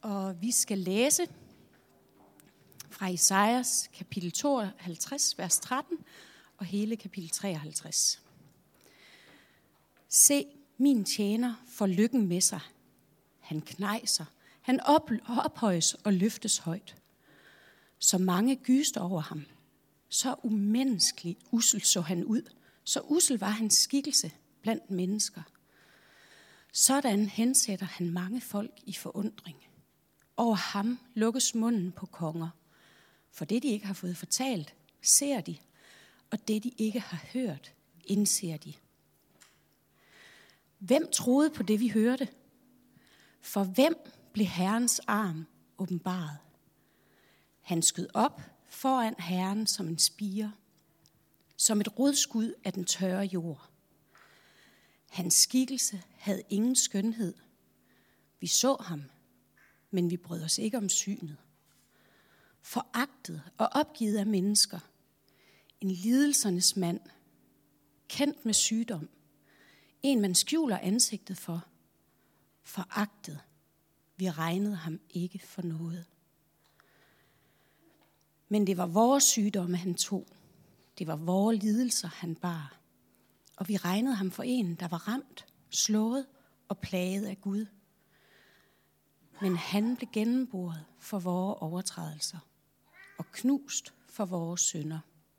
Og vi skal læse fra Esajas kapitel 52, vers 13 og hele kapitel 53. Se, min tjener får lykken med sig. Han knejser, han ophøjes og løftes højt. Så mange gyste over ham. Så umenneskeligt ussel så han ud. Så ussel var hans skikkelse blandt mennesker. Sådan hensætter han mange folk i forundring. Over ham lukkes munden på konger. For det, de ikke har fået fortalt, ser de, og det, de ikke har hørt, indser de. Hvem troede på det, vi hørte? For hvem blev Herrens arm åbenbaret? Han skød op foran Herren som en spire, som et rodskud af den tørre jord. Hans skikkelse havde ingen skønhed. Vi så ham, men vi brød os ikke om synet. Foragtet og opgivet af mennesker. En lidelsernes mand, kendt med sygdom. En, man skjuler ansigtet for. Foragtet. Vi regnede ham ikke for noget. Men det var vores sygdomme, han tog. Det var vores lidelser, han bar. Og vi regnede ham for en, der var ramt, slået og plaget af Gud. Men han blev gennemboret for vores overtrædelser og knust for vores synder.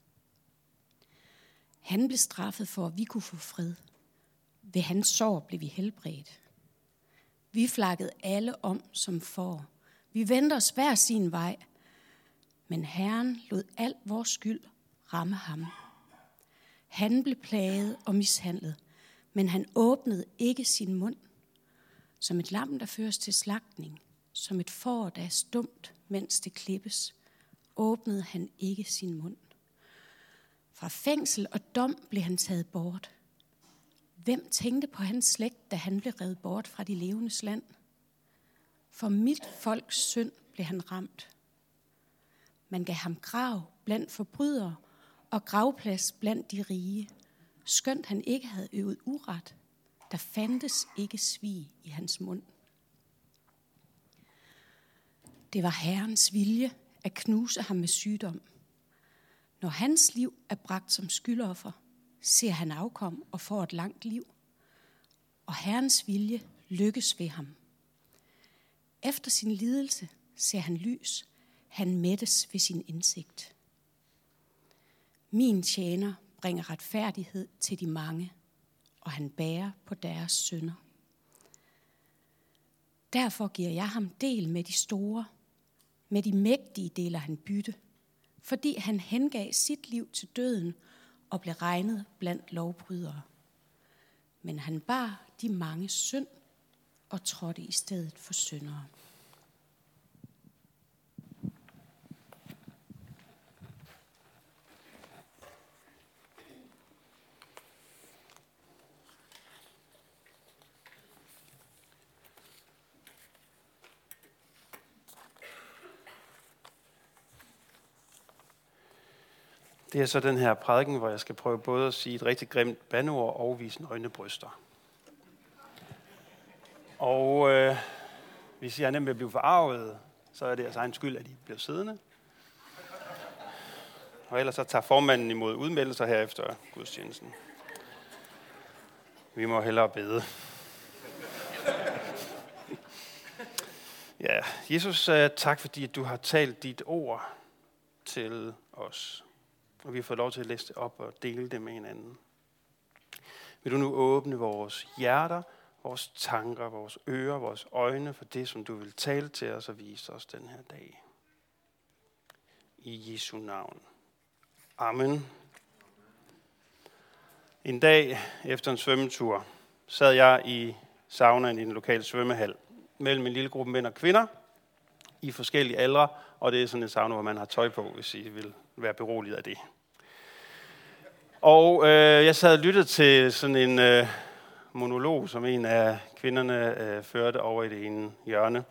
Han blev straffet for, at vi kunne få fred. Ved hans sår blev vi helbredt. Vi flakkede alle om som får. Vi vendte os hver sin vej. Men Herren lod al vores skyld ramme ham. Han blev plaget og mishandlet, men han åbnede ikke sin mund. Som et lam, der føres til slagtning, som et får, der er stumt, mens det klippes, åbnede han ikke sin mund. Fra fængsel og dom blev han taget bort. Hvem tænkte på hans slægt, da han blev revet bort fra de levendes land? For mit folks synd blev han ramt. Man gav ham grav blandt forbrydere og gravplads blandt de rige, skønt han ikke havde øvet uret. Der fandtes ikke svig i hans mund. Det var Herrens vilje at knuse ham med sygdom. Når hans liv er bragt som skyldoffer, ser han afkom og får et langt liv. Og Herrens vilje lykkes ved ham. Efter sin lidelse ser han lys. Han mættes ved sin indsigt. Min tjener bringer retfærdighed til de mange, og han bærer på deres synder. Derfor giver jeg ham del med de store. Med de mægtige deler han bytte, fordi han hengav sit liv til døden og blev regnet blandt lovbrydere. Men han bar de mange synd og trådte i stedet for syndere. Det er så den her prædiken, hvor jeg skal prøve både at sige et rigtig grimt bandeord og vise nøgne bryster. Og hvis jeg er nemt ved at blive forarvet, så er det jeres egen skyld, at I bliver siddende. Og ellers så tager formanden imod udmeldelser her efter gudstjenesten. Vi må hellere bede. Ja, Jesus, tak fordi du har talt dit ord til os. Og vi har fået lov til at læse det op og dele det med hinanden. Vil du nu åbne vores hjerter, vores tanker, vores ører, vores øjne for det, som du vil tale til os og vise os den her dag. I Jesu navn. Amen. En dag efter en svømmetur sad jeg i saunaen i den lokale svømmehal mellem en lille gruppe mænd og kvinder i forskellige aldre, og det er sådan en sauna, hvor man har tøj på, hvis I vil være beroliget af det. Og jeg sad og lyttede til sådan en monolog, som en af kvinderne førte over i det ene hjørne.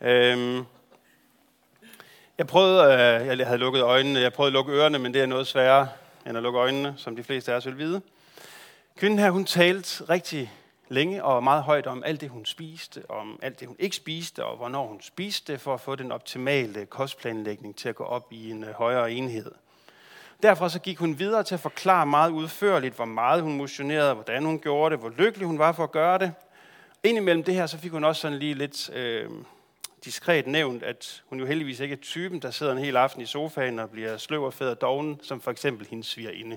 Jeg havde lukket øjnene, jeg prøvede at lukke ørerne, men det er noget sværere end at lukke øjnene, som de fleste af os vil vide. Kvinden her, hun talte rigtig længe og meget højt om alt det, hun spiste, om alt det, hun ikke spiste, og hvornår hun spiste, for at få den optimale kostplanlægning til at gå op i en højere enhed. Derfor så gik hun videre til at forklare meget udførligt, hvor meget hun motionerede, hvordan hun gjorde det, hvor lykkelig hun var for at gøre det. Indimellem det her, så fik hun også sådan lige lidt diskret nævnt, at hun jo heldigvis ikke er typen, der sidder en hel aften i sofaen og bliver sløv og fed og doven, som for eksempel hendes svigerinde.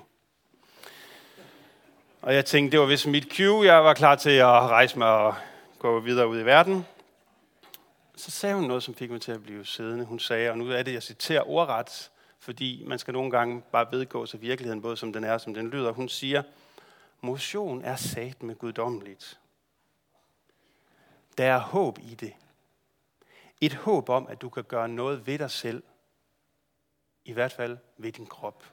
Og jeg tænkte, det var vist mit cue. Jeg var klar til at rejse mig og gå videre ud i verden. Så sagde hun noget, som fik mig til at blive siddende. Hun sagde, og nu er det, jeg citerer ordret, fordi man skal nogle gange bare vedgå sig virkeligheden, både som den er og som den lyder. Hun siger, motion er satme guddommeligt. Der er håb i det. Et håb om, at du kan gøre noget ved dig selv. I hvert fald ved din krop.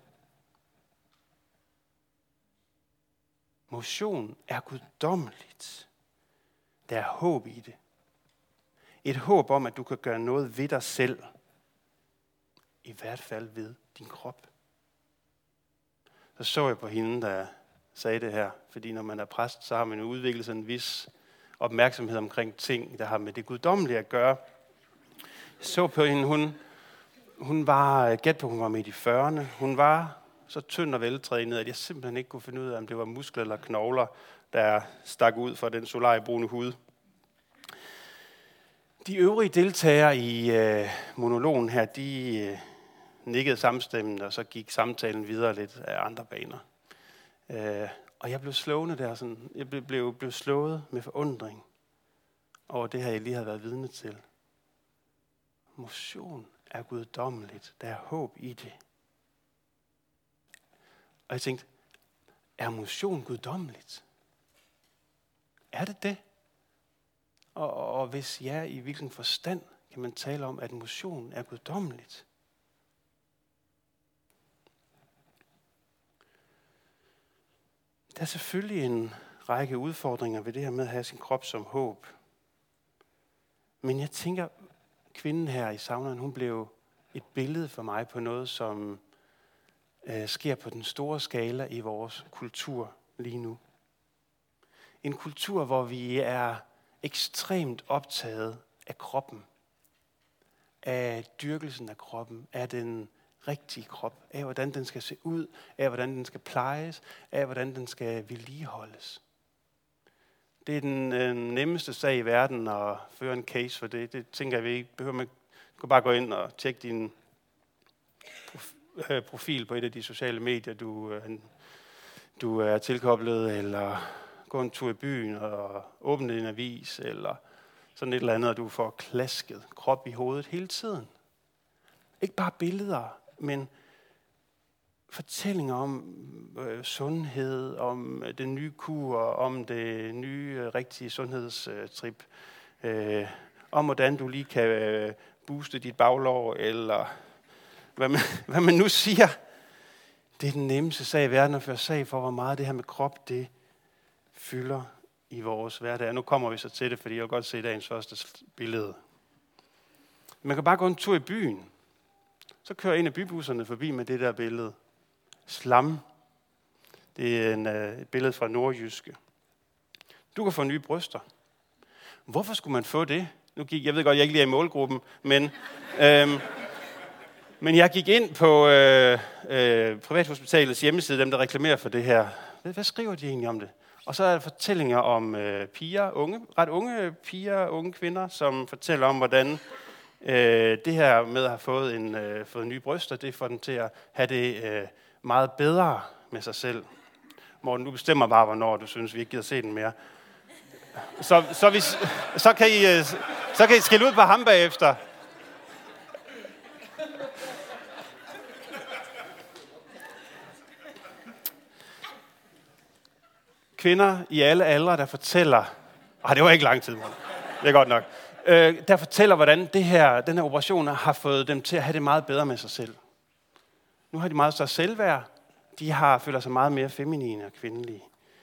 Motion er guddommeligt. Der er håb i det. Et håb om, at du kan gøre noget ved dig selv. I hvert fald ved din krop. Så jeg på hende, der sagde det her. Fordi når man er præst, så har man jo udviklet sådan en vis opmærksomhed omkring ting, der har med det guddommelige at gøre. Jeg så på hende, hun var, gæt på, hun var midt i 40'erne. Hun var så tynd og veltrænet, at jeg simpelthen ikke kunne finde ud af, om det var muskler eller knogler, der stak ud fra den solariebrune hud. De øvrige deltagere i monologen her, de nikkede samstemmende, og så gik samtalen videre lidt af andre baner. Og jeg blev slående der, sådan, jeg blev slået med forundring over det her, jeg lige havde været vidne til. Motion er guddommeligt. Der er håb i det. Og jeg tænkte, er motion guddommeligt? Er det det? Og hvis ja, i hvilken forstand kan man tale om, at motion er guddommeligt? Der er selvfølgelig en række udfordringer ved det her med at have sin krop som håb. Men jeg tænker, kvinden her i saunaen, hun blev et billede for mig på noget, som sker på den store skala i vores kultur lige nu. En kultur, hvor vi er ekstremt optaget af kroppen, af dyrkelsen af kroppen, af den rigtige krop, af hvordan den skal se ud, af hvordan den skal plejes, af hvordan den skal vedligeholdes. Det er den nemmeste sag i verden at føre en case for det. Det tænker jeg, vi ikke behøver. Man kan bare gå ind og tjekke din profil på et af de sociale medier, du er tilkoblet, eller gå en tur i byen og åbne en avis, eller sådan et eller andet, og du får klasket krop i hovedet hele tiden. Ikke bare billeder, men fortællinger om sundhed, om den nye kur, om det nye rigtige sundhedstrip, om hvordan du lige kan booste dit baglår, eller hvad man nu siger. Det er den nemmeste sag i verden at føre sag for, hvor meget det her med krop, det fylder i vores hverdag. Nu kommer vi så til det, fordi jeg vil godt se dagens første billede. Man kan bare gå en tur i byen. Så kører en af bybusserne forbi med det der billede. Slam. Det er et billede fra Nordjyske. Du kan få nye bryster. Hvorfor skulle man få det? Jeg ved godt, jeg ikke lige er i målgruppen, men jeg gik ind på Privathospitalets hjemmeside, dem der reklamerer for det her. Hvad skriver de egentlig om det? Og så er der fortællinger om piger, ret unge piger, unge kvinder, som fortæller om, hvordan det her med at have fået nye bryster, det får dem til at have det meget bedre med sig selv. Morten, du bestemmer bare, hvornår du synes, vi ikke gider se den mere. Så kan I skille ud på ham bagefter. Kvinder i alle aldre, der fortæller... det var ikke lang tid, Morten. Det er godt nok. Der fortæller, hvordan den her operation har fået dem til at have det meget bedre med sig selv. Nu har de meget større selvværd. De føler sig meget mere feminine og kvindelige.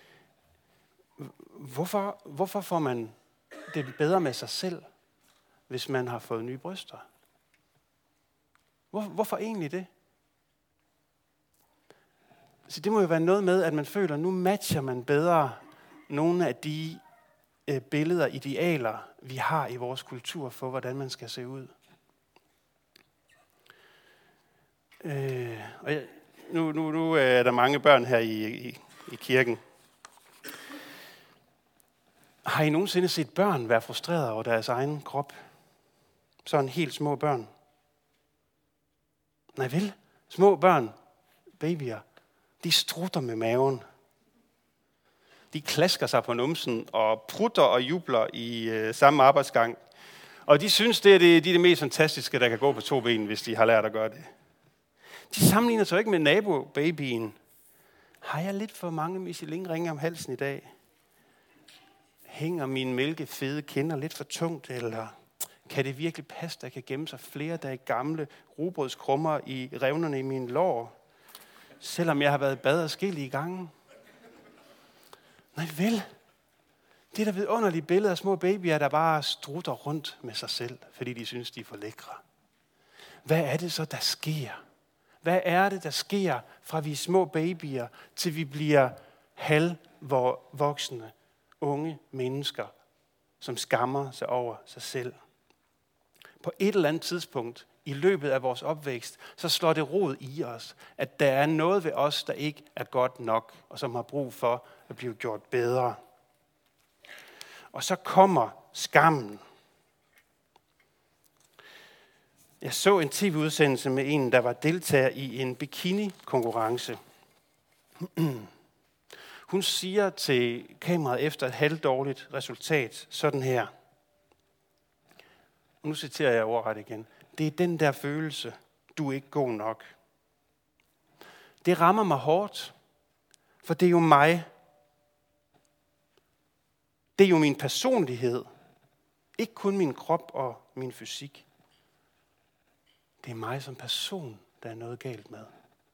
Hvorfor får man det bedre med sig selv, hvis man har fået nye bryster? Hvorfor egentlig det? Så det må jo være noget med, at man føler, at nu matcher man bedre nogle af de billeder, idealer, vi har i vores kultur for, hvordan man skal se ud. Nu er der mange børn her i kirken. Har I nogensinde set børn være frustrerede over deres egen krop? Sådan helt små børn. Nej vel, små børn, babyer, de strutter med maven. De klasker sig på numsen og prutter og jubler i samme arbejdsgang. Og de synes, de er det mest fantastiske, der kan gå på 2 ben, hvis de har lært at gøre det. De sammenligner sig ikke med nabobabyen. Har jeg lidt for mange Michelin-ringe om halsen i dag? Hænger mine mælkefede kinder lidt for tungt, eller kan det virkelig passe, der kan gemme sig flere dage gamle rugbrødskrummer i revnerne i mine lår, selvom jeg har været i bad adskillige gange? Nej vel, det er da vidunderlige billeder af små babyer, der bare strutter rundt med sig selv, fordi de synes, de er for lækre. Hvad er det så, der sker? Hvad er det, der sker, fra vi er små babyer, til vi bliver halvvoksne, unge mennesker, som skammer sig over sig selv? På et eller andet tidspunkt i løbet af vores opvækst, så slår det rod i os, at der er noget ved os, der ikke er godt nok, og som har brug for at blive gjort bedre. Og så kommer skammen. Jeg så en tv-udsendelse med en, der var deltager i en bikini-konkurrence. Hun siger til kameraet efter et halvdårligt resultat sådan her. Nu citerer jeg ordret igen. Det er den der følelse, du er ikke god nok. Det rammer mig hårdt, for det er jo mig. Det er jo min personlighed. Ikke kun min krop og min fysik. Det er mig som person, der er noget galt med.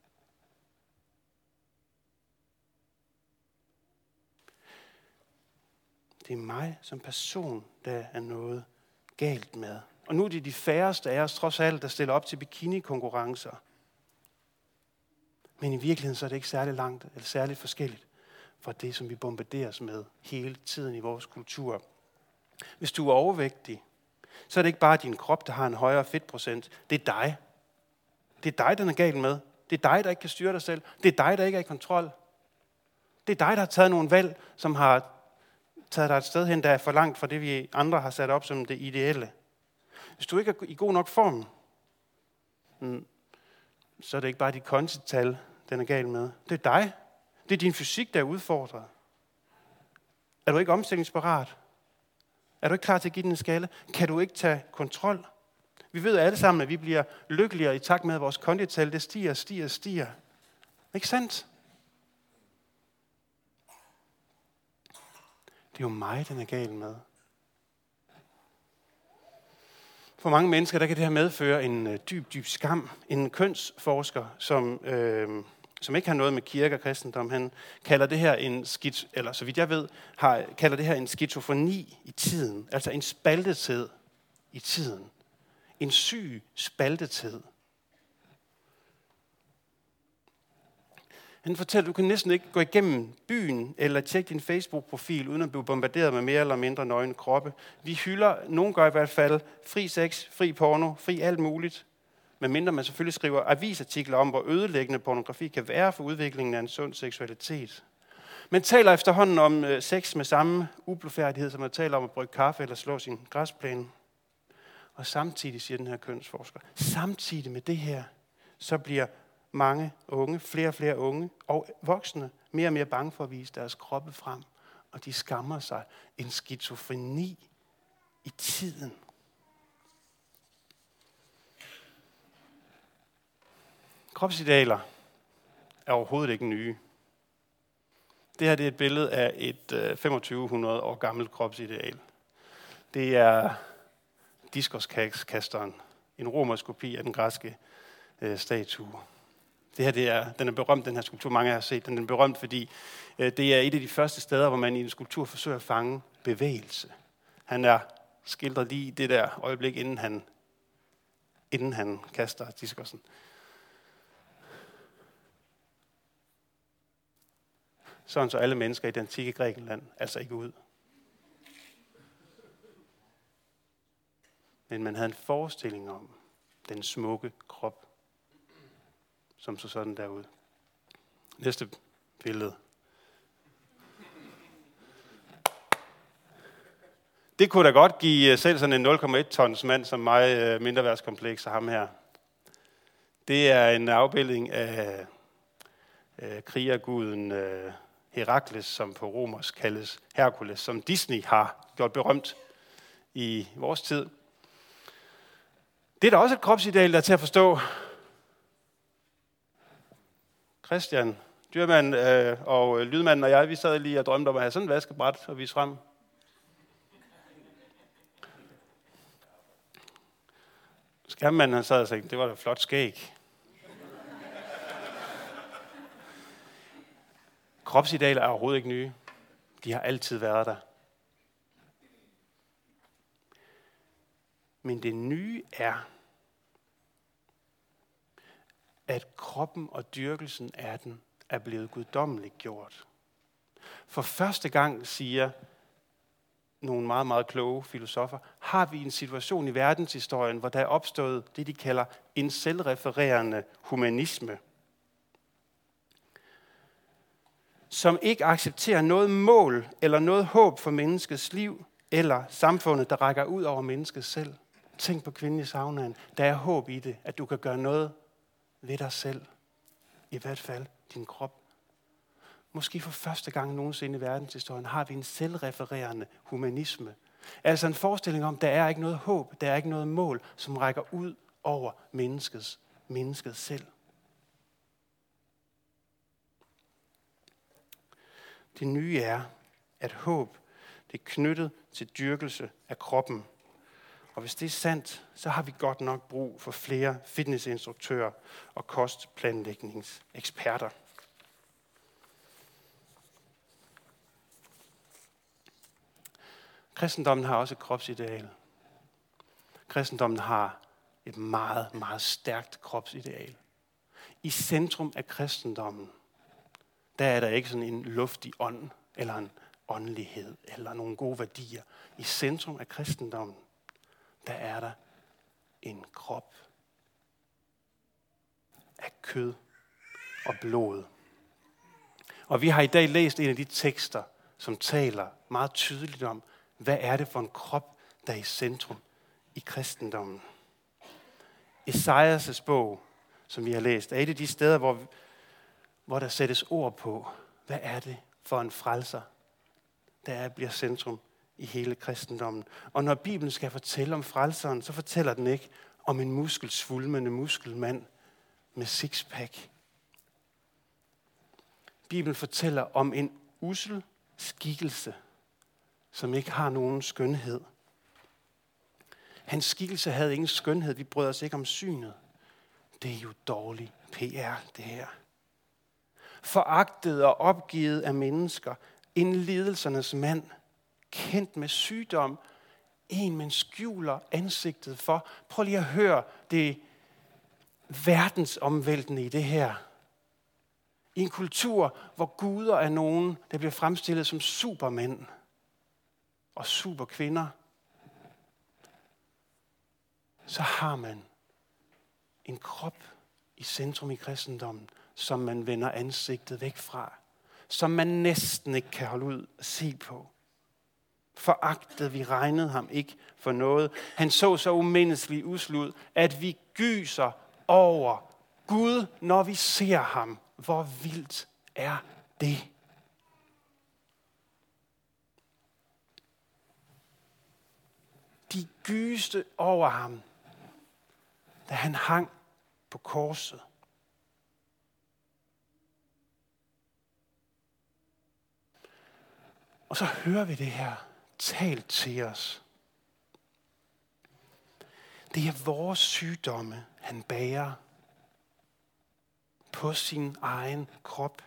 Det er mig som person, der er noget galt med. Og nu er det de færreste af os, trods alt, der stiller op til bikini-konkurrencer. Men i virkeligheden så er det ikke særlig langt eller særligt forskelligt fra det, som vi bombarderes med hele tiden i vores kultur. Hvis du er overvægtig, så er det ikke bare din krop, der har en højere fedtprocent. Det er dig. Det er dig, den er galt med. Det er dig, der ikke kan styre dig selv. Det er dig, der ikke er i kontrol. Det er dig, der har taget nogle valg, som har taget dig et sted hen, der er for langt fra det, vi andre har sat op som det ideelle. Hvis du ikke er i god nok form, så er det ikke bare dit kontital, den er gal med. Det er dig. Det er din fysik, der er udfordret. Er du ikke omstillingsparat? Er du ikke klar til at give den en skalle? Kan du ikke tage kontrol? Vi ved alle sammen, at vi bliver lykkeligere i takt med, at vores kondital det stiger. Ikke sandt? Det er jo mig, den er gal med. For mange mennesker, der kan det her medføre en dyb skam. En kønsforsker, som ikke har noget med kirke og kristendom, han kalder det her så vidt jeg ved, kalder det her en skizofreni i tiden. Altså en spaltethed i tiden. En syg spaltethed. Han fortæller, at du kan næsten ikke gå igennem byen eller tjekke din Facebook-profil, uden at blive bombarderet med mere eller mindre nøgne kroppe. Vi hylder, nogen gør i hvert fald, fri sex, fri porno, fri alt muligt. Medmindre man selvfølgelig skriver avisartikler om, hvor ødelæggende pornografi kan være for udviklingen af en sund seksualitet. Man taler efterhånden om sex med samme ublufærdighed, som man taler om at brygge kaffe eller slå sin græsplæne. Og samtidig, siger den her kønsforsker, samtidig med det her, så bliver mange unge, flere og flere unge og voksne, mere og mere bange for at vise deres kroppe frem. Og de skammer sig. En skizofreni i tiden. Kropsidealer er overhovedet ikke nye. Det her det er et billede af et 2500 år gammelt kropsideal. Det er Diskoskasteren, en romersk kopi af den græske statue. Det her, den er berømt, den her skulptur. Mange af jer har set den. Den er berømt, fordi det er et af de første steder, hvor man i en skulptur forsøger at fange bevægelse. Han er skildret lige i det der øjeblik, inden han kaster diskosen. Sådan så alle mennesker i det antikke Grækenland altså ikke ud. men man havde en forestilling om den smukke krop, som så sådan derud. Næste billede. Det kunne da godt give selv sådan en 0,1 tons mand som mig mindreværdskompleks af ham her. Det er en afbildning af krigerguden Herakles, som på romersk kaldes Herkules, som Disney har gjort berømt i vores tid. Det er da også et kropsideal, der er til at forstå. Christian, Dyrmand og Lydmanden og jeg, vi sad lige og drømte om at have sådan et vaskebræt og vise frem. Skærmmanden han sad og sagde, det var da flot skæg. Kropsidealer er overhovedet ikke nye. De har altid været der. Men det nye er, at kroppen og dyrkelsen af den er blevet guddommeligt gjort. For første gang, siger nogle meget, meget kloge filosofer, har vi en situation i verdenshistorien, hvor der er opstået det, de kalder en selvrefererende humanisme, som ikke accepterer noget mål eller noget håb for menneskets liv eller samfundet, der rækker ud over mennesket selv. Tænk på kvinden i saunaen. Der er håb i det, at du kan gøre noget ved dig selv. I hvert fald din krop. Måske for første gang nogensinde i verdenshistorien har vi en selvrefererende humanisme. Altså en forestilling om, der er ikke noget håb, der er ikke noget mål, som rækker ud over mennesket selv. Det nye er, at håb det er knyttet til dyrkelse af kroppen. Og hvis det er sandt, så har vi godt nok brug for flere fitnessinstruktører og kostplanlægningseksperter. Kristendommen har også et kropsideal. Kristendommen har et meget, meget stærkt kropsideal. I centrum af kristendommen, der er der ikke sådan en luftig ånd, eller en åndelighed, eller nogle gode værdier. I centrum af kristendommen, der er der en krop af kød og blod. Og vi har i dag læst en af de tekster, som taler meget tydeligt om, hvad er det for en krop, der er i centrum i kristendommen. Esajas' bog, som vi har læst, er et af de steder, hvor der sættes ord på, hvad er det for en frelser, der bliver centrum i hele kristendommen. Og når Bibelen skal fortælle om frelseren, så fortæller den ikke om en muskelsvulmende muskelmand med sixpack. Bibelen fortæller om en ussel skikkelse, som ikke har nogen skønhed. Hans skikkelse havde ingen skønhed. Vi brød os ikke om synet. Det er jo dårlig PR, det her. Foragtet og opgivet af mennesker. En lidelsernes mand. Kendt med sygdom. En, man skjuler ansigtet for. Prøv lige at høre det verdensomvæltende i det her. I en kultur, hvor guder er nogen, der bliver fremstillet som supermænd og superkvinder, så har man en krop i centrum i kristendommen, som man vender ansigtet væk fra, som man næsten ikke kan holde ud at se på. Foragtet, vi regnede ham ikke for noget. Han så umenneskeligt usel ud, at vi gyser over Gud, når vi ser ham. Hvor vildt er det? De gyste over ham, da han hang på korset. Og så hører vi det her talt til os. Det er vores sygdomme, han bærer på sin egen krop.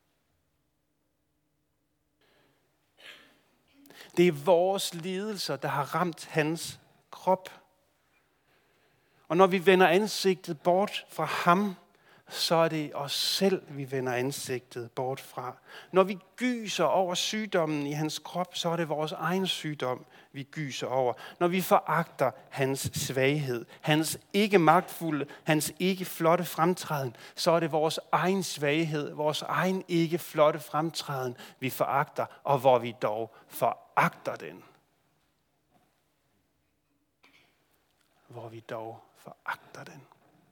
Det er vores lidelser, der har ramt hans krop. Og når vi vender ansigtet bort fra ham, så er det os selv, vi vender ansigtet bort fra. Når vi gyser over sygdommen i hans krop, så er det vores egen sygdom, vi gyser over. Når vi foragter hans svaghed, hans ikke magtfulde, hans ikke flotte fremtræden, så er det vores egen svaghed, vores egen ikke flotte fremtræden, vi foragter, og hvor vi dog foragter den. Hvor vi dog foragter den.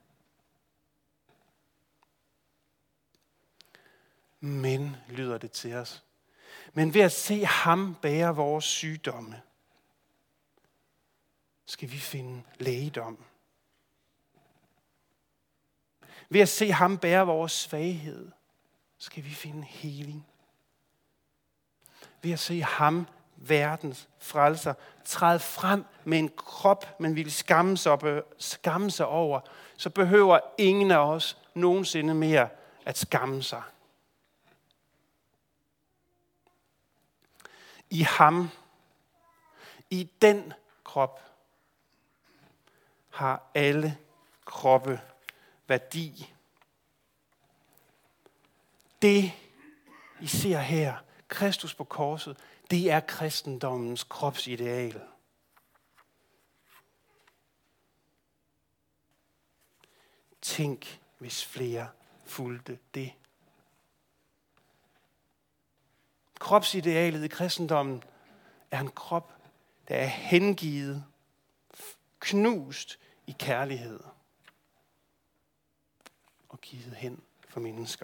Men, lyder det til os, men ved at se ham bære vores sygdomme, skal vi finde lægedom. Ved at se ham bære vores svaghed, skal vi finde heling. Ved at se ham, verdens frelser, træde frem med en krop, man ville skamme sig over, så behøver ingen af os nogensinde mere at skamme sig. I ham, i den krop, har alle kroppe værdi. Det, I ser her, Kristus på korset, det er kristendommens kropsideal. Tænk, hvis flere fulgte det. Kropsidealet i kristendommen er en krop, der er hengivet, knust i kærlighed og givet hen for mennesker.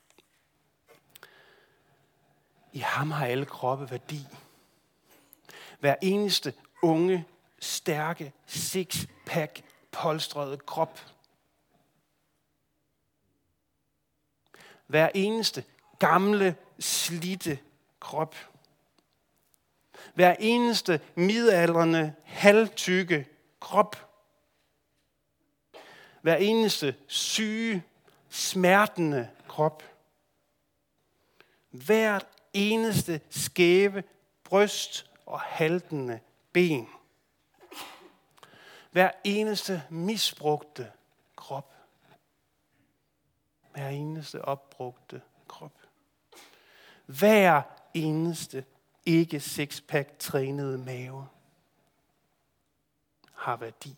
I ham har alle kroppe værdi. Hver eneste unge, stærke, six-pack, polstrede krop. Hver eneste gamle, slidte krop. Hver eneste midaldrende, halvtykke krop. Hver eneste syge, smertende krop. Hvert eneste skæve bryst og haltende ben. Hver eneste misbrugte krop. Hver eneste opbrugte krop. Hver eneste ikke sixpack trænede mave har værdi.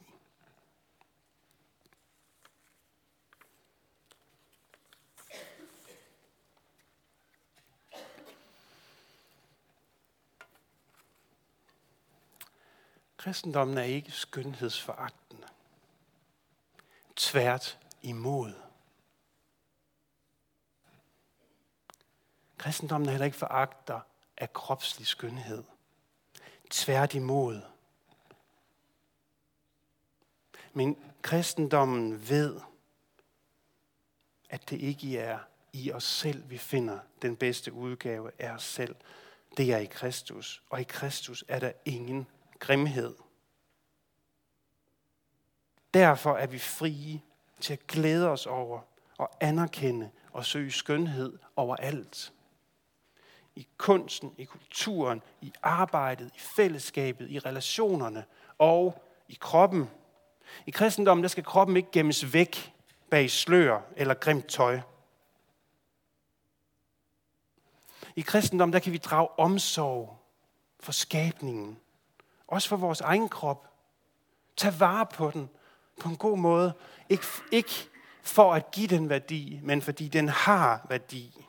Kristendommen er ikke skønhedsforagtende. Tvært imod. Kristendommen er heller ikke foragter af kropslig skønhed. Tvært imod. Men kristendommen ved, at det ikke er i os selv, vi finder den bedste udgave af os selv. Det er i Kristus, og i Kristus er der ingen grimhed. Derfor er vi frie til at glæde os over og anerkende og søge skønhed overalt. I kunsten, i kulturen, i arbejdet, i fællesskabet, i relationerne og i kroppen. I kristendommen der skal kroppen ikke gemmes væk bag slør eller grimt tøj. I kristendommen der kan vi drage omsorg for skabningen. Også for vores egen krop. Tag vare på den på en god måde. Ikke for at give den værdi, men fordi den har værdi.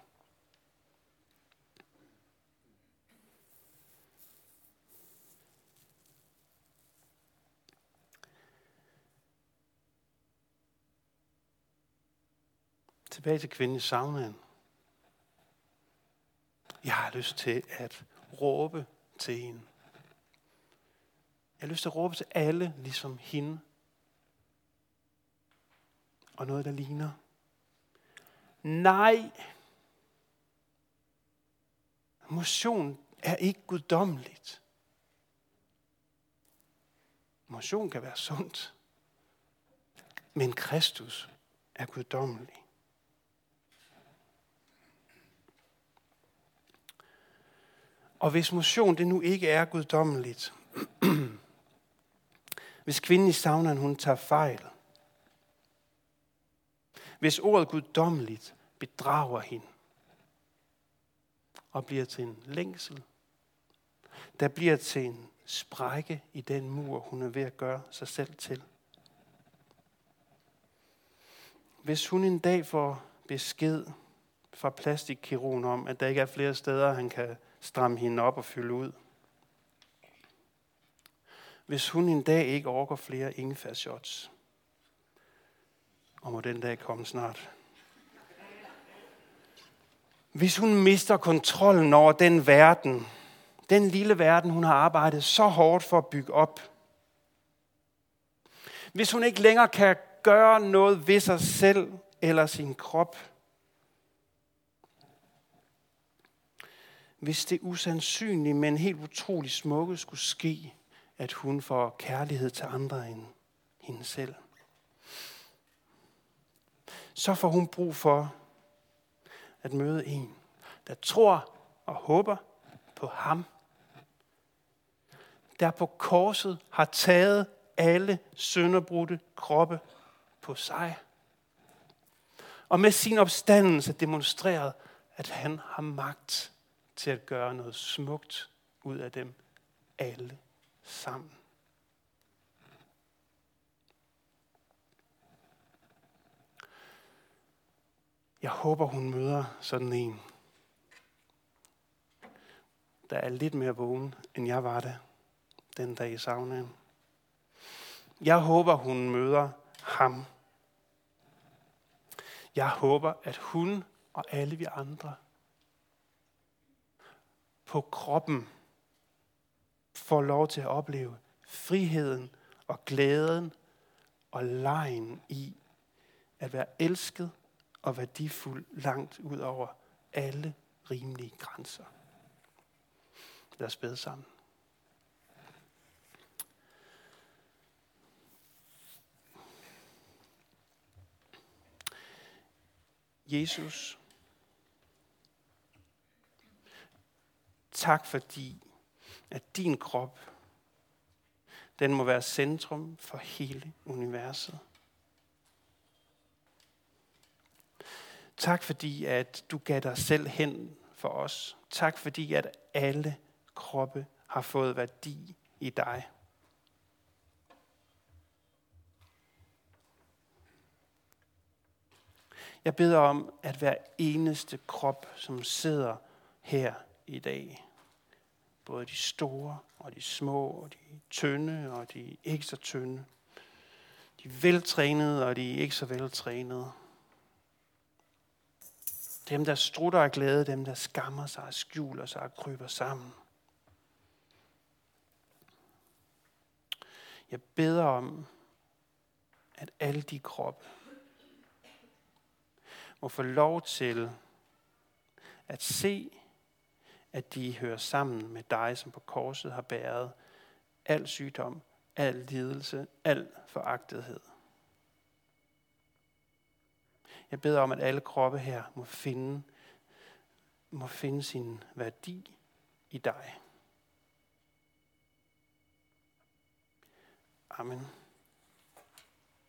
Tilbage til kvinden i saunaen. Jeg har lyst til at råbe til hende. Jeg har lyst til at råbe til alle, ligesom hende. Og noget, der ligner. Nej. Motion er ikke guddommeligt. Motion kan være sundt. Men Kristus er guddommelig. Og hvis motion det nu ikke er guddommeligt, hvis kvinden i saunaen hun tager fejl, hvis ordet guddommeligt bedrager hende og bliver til en længsel, der bliver til en sprække i den mur, hun er ved at gøre sig selv til. Hvis hun en dag får besked fra plastikkirurgen om, at der ikke er flere steder, han kan stramme hende op og fylde ud. Hvis hun en dag ikke orker flere ingefærshots, og må den dag komme snart. Hvis hun mister kontrollen over den verden, den lille verden, hun har arbejdet så hårdt for at bygge op. Hvis hun ikke længere kan gøre noget ved sig selv eller sin krop. Hvis det usandsynlige, men helt utrolig smukke skulle ske, at hun får kærlighed til andre end hende selv. Så får hun brug for at møde en, der tror og håber på ham. Der på korset har taget alle sønderbrudte kroppe på sig. Og med sin opstandelse demonstreret, at han har magt til at gøre noget smukt ud af dem alle sammen. Jeg håber, hun møder sådan en, der er lidt mere vågen, end jeg var det den dag i saunaen. Jeg håber, hun møder ham. Jeg håber, at hun og alle vi andre på kroppen får lov til at opleve friheden og glæden og lejen i at være elsket og værdifuld langt ud over alle rimelige grænser. Lad os bede sammen. Jesus, tak fordi, at din krop, den må være centrum for hele universet. Tak fordi, at du gav dig selv hen for os. Tak fordi, at alle kroppe har fået værdi i dig. Jeg beder om, at hver eneste krop, som sidder her i dag, både de store og de små, og de tynde og de ikke så tynde, de veltrænede og de ikke så veltrænede, dem, der strutter af glæde, dem, der skammer sig og skjuler sig og kryber sammen. Jeg beder om, at alle de kroppe må få lov til at se, at de hører sammen med dig, som på korset har bæret al sygdom, al lidelse, al foragtethed. Jeg beder om, at alle kroppe her må finde sin værdi i dig. Amen.